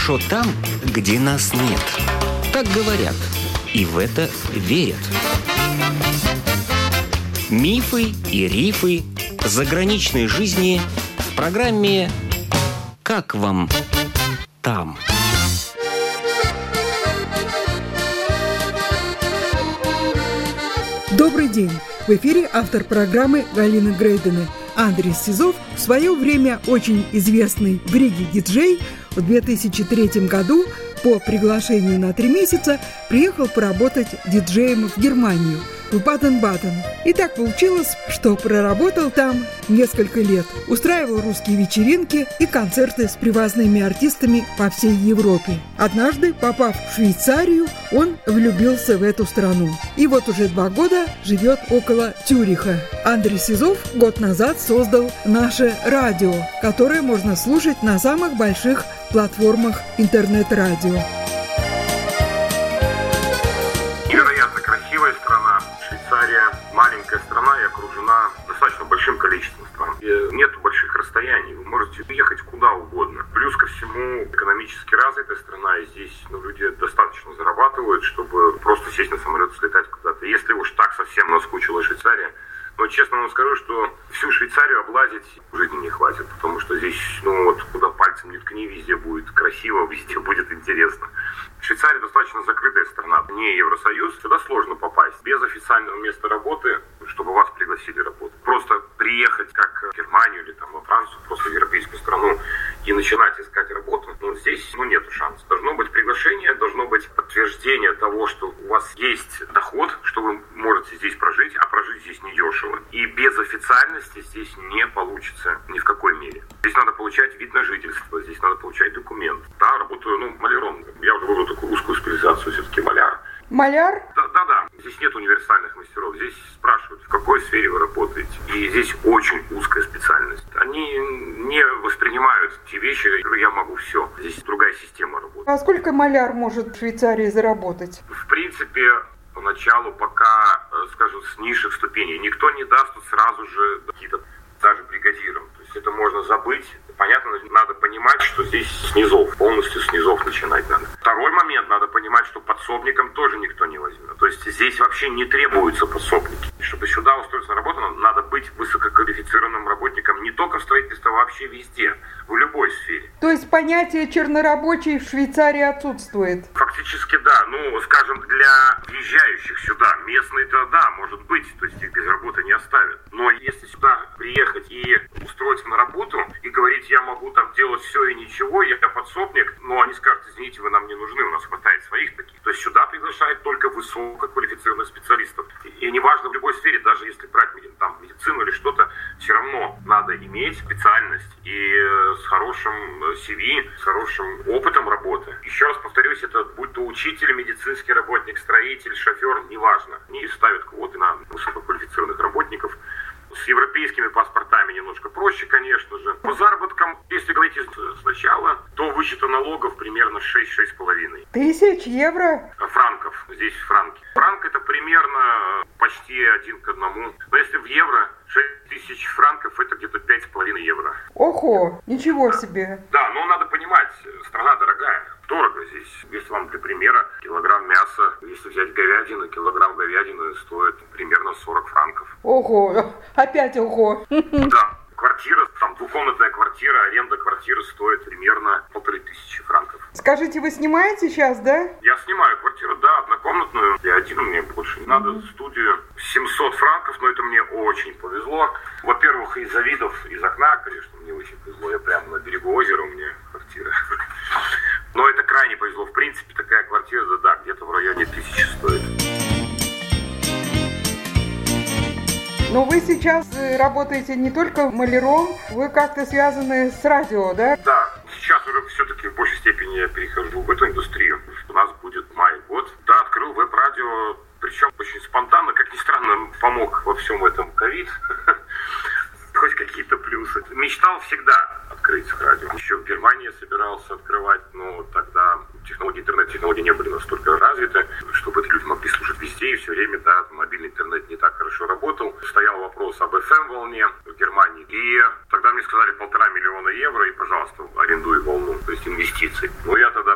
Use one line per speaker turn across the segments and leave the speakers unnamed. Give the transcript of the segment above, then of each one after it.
хорошо там, где нас нет. Так говорят, и в это верят. Мифы и рифы заграничной жизни в программе «Как вам там?».
Добрый день! В эфире автор программы Галина Грейдена. Андрей Сизов, в свое время очень известный в Риге диджей, в 2003 году по приглашению на 3 месяца приехал поработать диджеем в Германию, в Баден-Баден. И так получилось, что проработал там несколько лет. Устраивал русские вечеринки и концерты с привозными артистами по всей Европе. Однажды, попав в Швейцарию, он влюбился в эту страну. И вот уже 2 года живет около Цюриха. Андрей Сизов год назад создал наше радио, которое можно слушать на самых больших платформах интернет-радио.
Невероятно красивая страна. Швейцария маленькая страна и окружена достаточно большим количеством стран. И нету больших расстояний, вы можете ехать куда угодно. Плюс ко всему экономически развитая страна, и здесь люди достаточно зарабатывают, чтобы просто сесть на самолет и слетать куда-то. Если уж так совсем наскучила Швейцария, но честно вам скажу, что всю Швейцарию облазить жизни не хватит, потому что здесь, куда пальцем не ткни, везде будет красиво, везде будет интересно. Швейцария достаточно закрытая страна, не Евросоюз, сюда сложно попасть. Без официального места работы, чтобы вас пригласили работать. Просто приехать, как в Германию или во Францию, просто в европейскую страну, и начинать искать работу, здесь нету шансов. Должно быть приглашение, должно быть подтверждение того, что у вас есть доход, что вы можете здесь прожить, а прожить здесь недешево. И без официальности здесь не получится ни в какой мере. Здесь надо получать вид на жительство, здесь надо получать документ. Да, работаю, маляром. Я уже выбрал такую узкую специализацию, все-таки маляр.
Маляр?
Да. Здесь нет универсальных мастеров. Здесь спрашивают, в какой сфере вы работаете. И здесь очень узкая специальность. Они не воспринимают те вещи, которые я могу все. Здесь другая система работы.
А сколько маляр может в Швейцарии заработать?
В принципе, поначалу пока, скажем, с низших ступеней. Никто не даст сразу же какие-то даже бригадирам. То есть это можно забыть. Понятно, надо понимать, что здесь полностью с низов начинать надо. Второй момент, надо понимать, что подсобникам тоже никто не возьмет. То есть здесь вообще не требуются подсобники. Чтобы сюда устроиться на работу, надо быть высококвалифицированным работником не только в строительстве, а вообще везде, в любой сфере.
То есть понятие чернорабочий в Швейцарии отсутствует?
Фактически да. Скажем, для въезжающих сюда местные-то да, может быть, то есть их без работы не оставят. Но если сюда приехать и устроиться на работу и говорить, я могу там делать все и ничего, я подсобник, они скажут, извините, вы нам не нужны, у нас хватает своих таких. То есть сюда приглашают только высококвалифицированных специалистов. И неважно в любой сфере, даже если брать медицину или что-то, все равно надо иметь специальность и с хорошим CV, с хорошим опытом работы. Еще раз повторюсь, это будь то учитель, медицинский работник, строитель, шофер, неважно. Они ставят квоты на высококвалифицированных работников. С европейскими паспортами немножко проще, конечно же. По заработкам, если говорить сначала, то вычета налогов примерно 6-6,5
тысяч евро?
Франков. Здесь франки. Франк это примерно почти 1 к 1. Но если в евро, 6 тысяч франков это где-то 5,5 евро.
Ого, ничего себе.
Да, но надо понимать, страна дорогая. Дорого здесь. Если вам для примера, килограмм мяса, если взять говядину, килограмм говядины стоит примерно 40 франков.
Ого, опять ого.
Да, квартира, двухкомнатная квартира, аренда квартиры стоит примерно 1500 франков.
Скажите, вы снимаете сейчас, да?
Я снимаю квартиру, да, однокомнатную. Я один, мне больше не надо. Студию 700 франков, но это мне очень повезло. Во-первых, из-за видов из окна, конечно, мне очень повезло. Я прямо на берегу озера, у меня квартира. Но это крайне повезло. В принципе, такая квартира, да, где-то в районе 1000 стоит.
Но вы сейчас работаете не только маляром, вы как-то связаны с радио, да?
Да, сейчас уже все-таки в большей степени я перехожу в эту индустрию. У нас будет май год. Да, открыл веб-радио, причем очень спонтанно, как ни странно, помог во всем этом ковид. Хоть какие-то плюсы. Мечтал всегда открыть радио. Еще в Германии собирался открывать, но тогда интернет-технологии не были настолько развиты, чтобы эти люди могли слушать везде и все время, да, мобильный интернет не так хорошо работал. Стоял вопрос об FM-волне в Германии. И тогда мне сказали 1,5 миллиона евро, и, пожалуйста, арендуй волну, то есть инвестиции. Но я тогда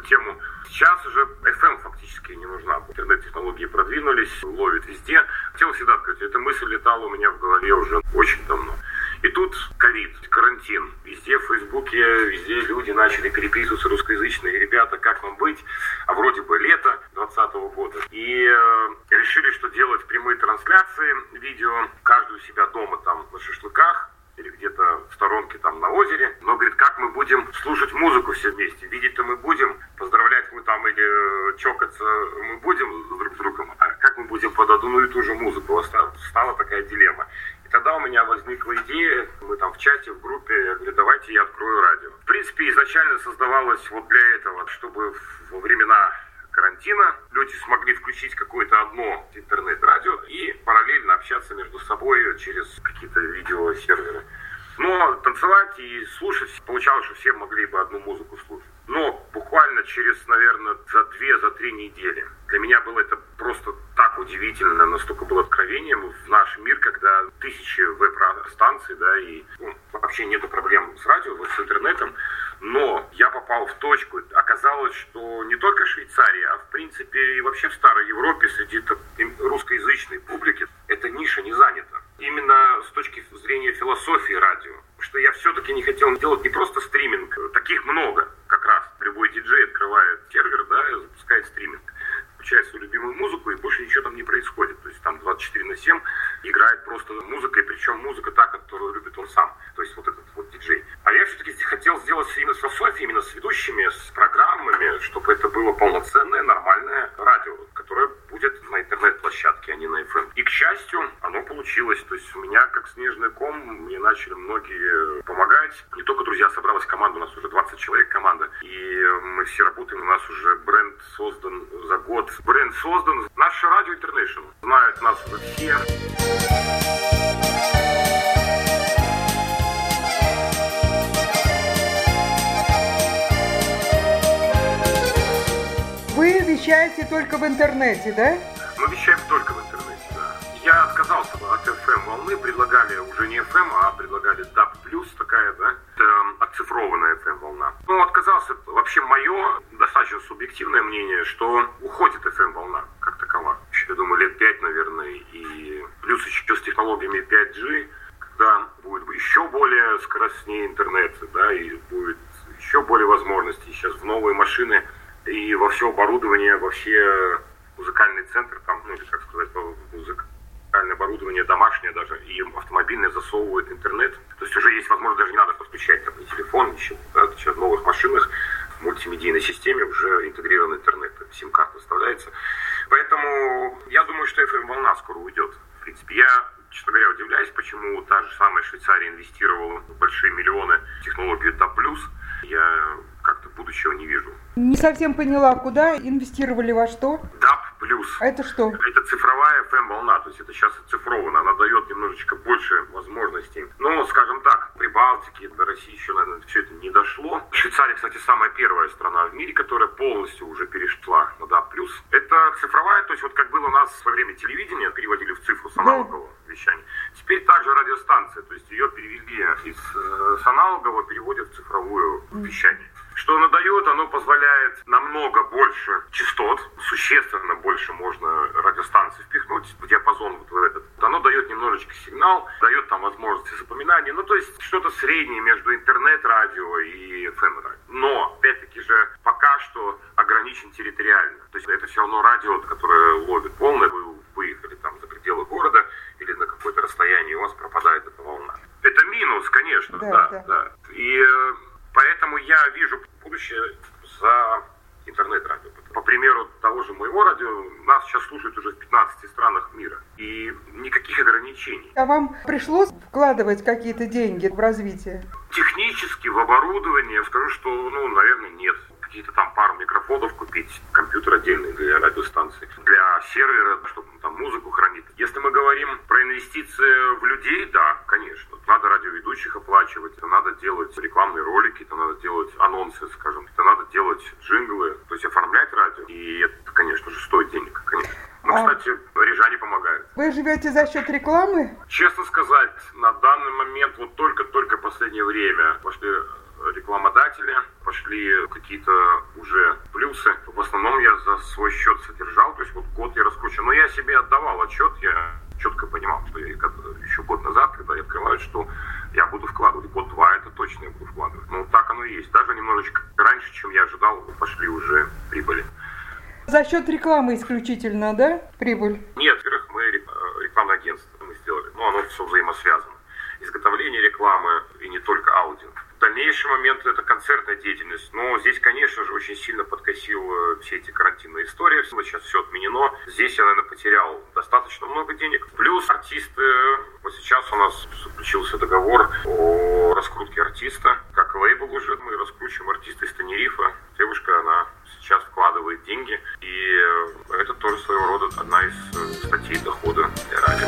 тему. Сейчас уже FM фактически не нужна. Интернет-технологии продвинулись, ловит везде. Хотел всегда сказать, эта мысль летала у меня в голове уже очень давно. И тут ковид, карантин. Везде в Фейсбуке, везде люди начали переписываться, русскоязычные ребята, как вам быть? А вроде бы лето 2020 года. И решили, что делать прямые трансляции, видео, каждый у себя дома там на шашлыках или где-то в сторонке там на озере. Но, говорит, как мы будем слушать музыку все вместе? Видеть-то мы будем, поздравлять мы там или чокаться мы будем друг с другом. А как мы будем под одну и ту же музыку? Стала такая дилемма. Тогда у меня возникла идея, мы там в чате, в группе, я говорю, давайте я открою радио. В принципе, изначально создавалось вот для этого, чтобы во времена карантина люди смогли включить какое-то одно интернет-радио и параллельно общаться между собой через какие-то видеосерверы. Но танцевать и слушать получалось, что все могли бы одну музыку слушать. Но буквально через, наверное, за 2-3 недели. Для меня было это просто так удивительно, настолько было откровением в наш мир, когда тысячи веб-станций, да, и вообще нету проблем с радио, вот с интернетом. Но я попал в точку. Оказалось, что не только в Швейцарии, а в принципе и вообще в старой Европе среди русскоязычной публики эта ниша не занята. Именно с точки зрения философии радио. Что я все-таки не хотел делать не просто стриминг. Таких много как раз. Любой диджей открывает сервер, да, и запускает стриминг. Включает свою любимую музыку, и больше ничего там не происходит. То есть там 24/7 играет просто музыка, и причем музыка та, которую любит он сам. То есть вот этот вот диджей. А я все-таки хотел сделать именно с философией, именно с ведущими, с программами, чтобы это было полноценное, нормальное радио, которое будет на интернет-площадке, а не на FM. И, к счастью, оно получилось. То есть у меня, как снежный ком, мне начали многие помогать. Не только друзья, собралась команда, у нас уже 20 человек команда. И мы все работаем, у нас уже бренд создан за год. Бренд создан. Наше радио International. Знают нас уже все.
Вы вещаете только в интернете, да?
Мы вещаем только в интернете, да. Я отказался от FM-волны, предлагали уже не FM, а предлагали DAB+, такая, да, это оцифрованная FM-волна. Ну, отказался. Вообще, мое достаточно субъективное мнение, что уходит FM-волна как такова. Я думаю, лет 5, наверное, и плюс еще с технологиями 5G, когда будет еще более скоростнее интернет, да, и будет еще более возможностей сейчас в новые машины и во все оборудование, во все музыкальные центры, там, ну, или, как сказать, музыкальное оборудование домашнее даже, и автомобильное засовывают интернет. То есть уже есть возможность, даже не надо подключать там, ни телефон, ничего. Да, сейчас в новых машинах в мультимедийной системе уже интегрирован интернет, сим-карта вставляется. Поэтому я думаю, что FM-волна скоро уйдет. В принципе, я, честно говоря, удивляюсь, почему та же самая Швейцария инвестировала большие миллионы в технологию DAB+. Я как-то будущего не вижу.
Не совсем поняла, куда инвестировали, во что?
DAB+.
А это что?
Это цифровая FM-волна, то есть это сейчас оцифровано. Она дает немножечко больше возможностей. Но, скажем так, при Балтике, до России еще, наверное, все это не дошло. Швейцария, кстати, самая первая страна в мире, которая полностью уже перешла на DAB+. Это цифровая, то есть вот как было у нас во время телевидения, переводили в цифру с аналогового вещания. Теперь также радиостанция, то есть ее перевели с аналогового, переводят в цифровую вещание. Что оно дает? Оно позволяет намного больше частот, существенно больше можно радиостанций впихнуть в диапазон вот в этот. Оно дает немножечко сигнал, дает там возможности запоминания, ну то есть что-то среднее между интернет-радио и FM-радио. Но, опять-таки же, пока что ограничен территориально. То есть это все равно радио, которое ловит волны, вы выехали там за пределы города или на какое-то расстояние, у вас пропадает эта волна. Это минус, конечно, да. И поэтому я вижу будущее за интернет-радио. По примеру того же моего радио, нас сейчас слушают уже в 15 странах мира. И никаких ограничений.
А вам пришлось вкладывать какие-то деньги в развитие?
Технически, в оборудование, я скажу, что, наверное, нет. Какие-то там пару микрофонов купить, компьютер отдельный для радиостанции, для сервера, чтобы там музыку хранить. Если мы говорим про инвестиции в людей, да, конечно. Надо радиоведущих оплачивать, это надо делать рекламные ролики, это надо делать анонсы, скажем, это надо делать джинглы, то есть оформлять радио. И это, конечно же, стоит денег, конечно. Но, кстати, рижане помогают.
Вы живете за счет рекламы?
Честно сказать, на данный момент, вот только последнее время пошли рекламодатели, пошли какие-то уже плюсы. В основном я за свой счет содержал, то есть вот год я раскручивал. Но я себе отдавал отчет, я четко понимал, что я еще год назад, когда я открываю, что я буду вкладывать. Год-два это точно я буду вкладывать. Ну, так оно и есть. Даже немножечко раньше, чем я ожидал, пошли уже прибыли.
За счет рекламы исключительно, да, прибыль?
Нет, во-первых, мы рекламное агентство мы сделали. Но оно все взаимосвязано. Изготовление рекламы и не только аудио. В дальнейший момент это концертная деятельность. Но здесь, конечно же, очень сильно подкосил все эти карантинные истории. Сейчас все отменено. Здесь я, наверное, потерял достаточно много денег. Плюс артисты. Вот сейчас у нас заключился договор о раскрутке артиста. Как лейбл уже мы раскручиваем артиста из Тенерифе. Девушка, она сейчас вкладывает деньги. И это тоже своего рода одна из статей дохода для радио.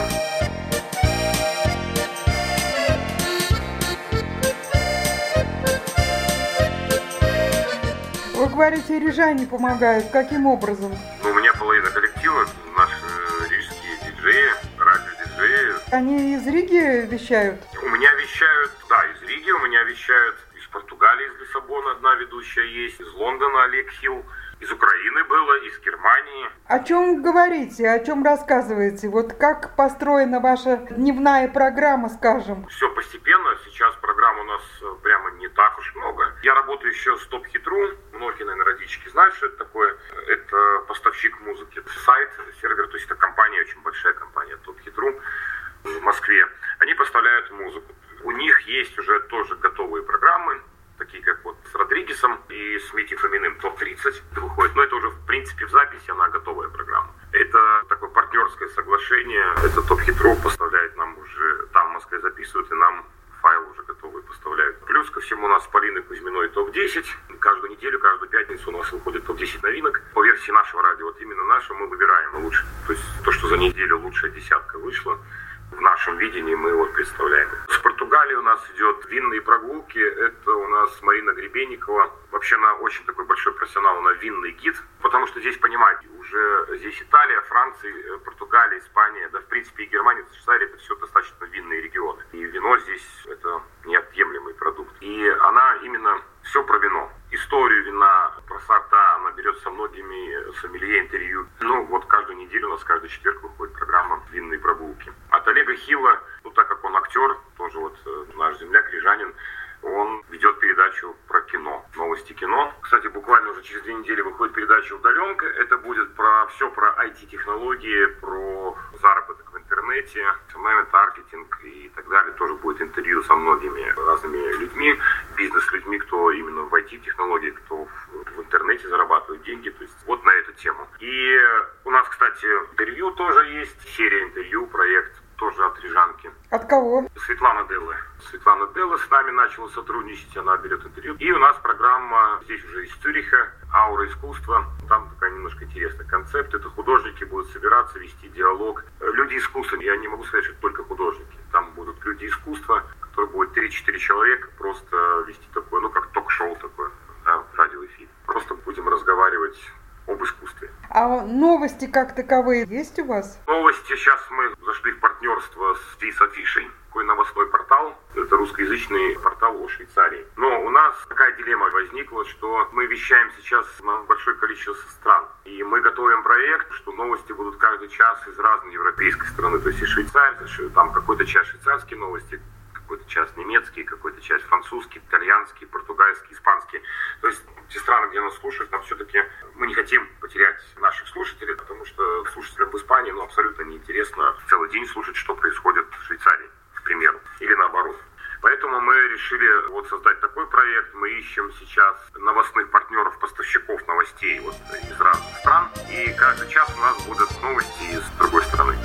Вы говорите, рижане помогают. Каким образом?
Ну, у меня половина коллектива, наши рижские диджеи, радиодиджеи.
Они из Риги вещают?
У меня вещают, да, из Риги, у меня вещают из Португалии, из Лиссабона одна ведущая есть, из Лондона Олег Хилл, из Украины было, из Германии.
О чем говорите, о чем рассказываете? Вот как построена ваша дневная программа, скажем?
Все постепенно, сейчас программ у нас прямо не так уж много. Я работаю еще с Top Hit.ru, многие, наверное, родички знают, что это такое. Это поставщик музыки. Сайт, сервер, то есть это компания, очень большая компания Top Hit.ru в Москве. Они поставляют музыку. У них есть уже тоже готовые программы, такие как вот с Родригесом и с Мити Фоминым ТОП-30 выходит. Но это уже, в принципе, в записи, она готовая программа. Это такое партнерское соглашение. Это Top Hit.ru поставляет нам уже, там в Москве записывают, и нам файл уже готовый поставляют. Плюс ко всему у нас с Полиной Кузьминой ТОП-10. Каждую неделю, каждую пятницу у нас выходит ТОП-10 новинок. По версии нашего радио, вот именно нашего, мы выбираем лучше. То есть то, что за неделю лучшая десятка вышла, в нашем видении мы вот представляем. С Португалии у нас идет винные прогулки. Это у нас Марина Гребенникова. Вообще она очень такой большой профессионал, она винный гид. Потому что здесь, понимаете, уже здесь Италия, Франция, Португалия, Испания, да в принципе и Германия, Швейцария, это все достаточно винные регионы. И вино здесь это неотъемлемый продукт. И она именно все про вино. Историю вина, про сорта, она берет со многими сомелье интервью. Ну, вот каждую неделю у нас, каждый четверг выходит программа «Винные прогулки». От Олега Хилла, ну, так как он актер, тоже вот наш земляк, рижанин, он ведет передачу про кино, новости кино. Кстати, буквально уже через 2 недели выходит передача «Удаленка». Это будет про все про IT-технологии, про заработок в интернете, таргетинг и так далее. Тоже будет интервью со многими разными людьми, бизнес-людьми, кто именно в IT-технологии, кто в интернете зарабатывает деньги. То есть вот на эту тему. И у нас, кстати, интервью тоже есть, серия интервью, проект тоже от рижанки.
От кого?
Светлана Делла. Светлана Делла с нами начала сотрудничать, она берет интервью. И у нас программа здесь уже из Цюриха, «Аура искусства». Там такая немножко интересный концепт. Это художники будут собираться, вести диалог. Люди искусства, я не могу сказать, что это только художники. Там будут люди искусства, которые будут 3-4 человека просто вести такое, ну как ток-шоу такое, да, радиоэфир. Просто будем разговаривать об искусстве.
А новости как таковые есть у вас?
Новости. Сейчас мы зашли в партнерство с This Affiche, такой новостной портал. Это русскоязычный портал о Швейцарии. Но у нас такая дилемма возникла, что мы вещаем сейчас на большое количество стран. И мы готовим проект, что новости будут каждый час из разной европейской страны. То есть и швейцарцы, там какой-то час швейцарские новости, какой-то час немецкий, какой-то час французский, итальянский, португальский, испанский. То есть те страны, где нас слушают, там все-таки мы не хотим потерять наших слушателей, потому что слушателям в Испании абсолютно неинтересно целый день слушать, что происходит в Швейцарии, к примеру, или наоборот. Поэтому мы решили вот создать такой проект. Мы ищем сейчас новостных партнеров, поставщиков новостей вот из разных стран. И каждый час у нас будут новости из другой страны.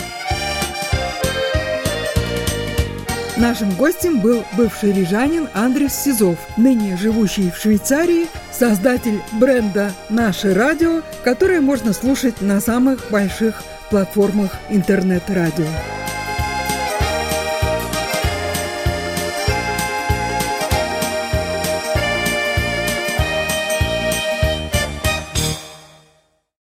Нашим гостем был бывший рижанин Андрис Сизов, ныне живущий в Швейцарии, создатель бренда «Наше радио», которое можно слушать на самых больших платформах интернет-радио.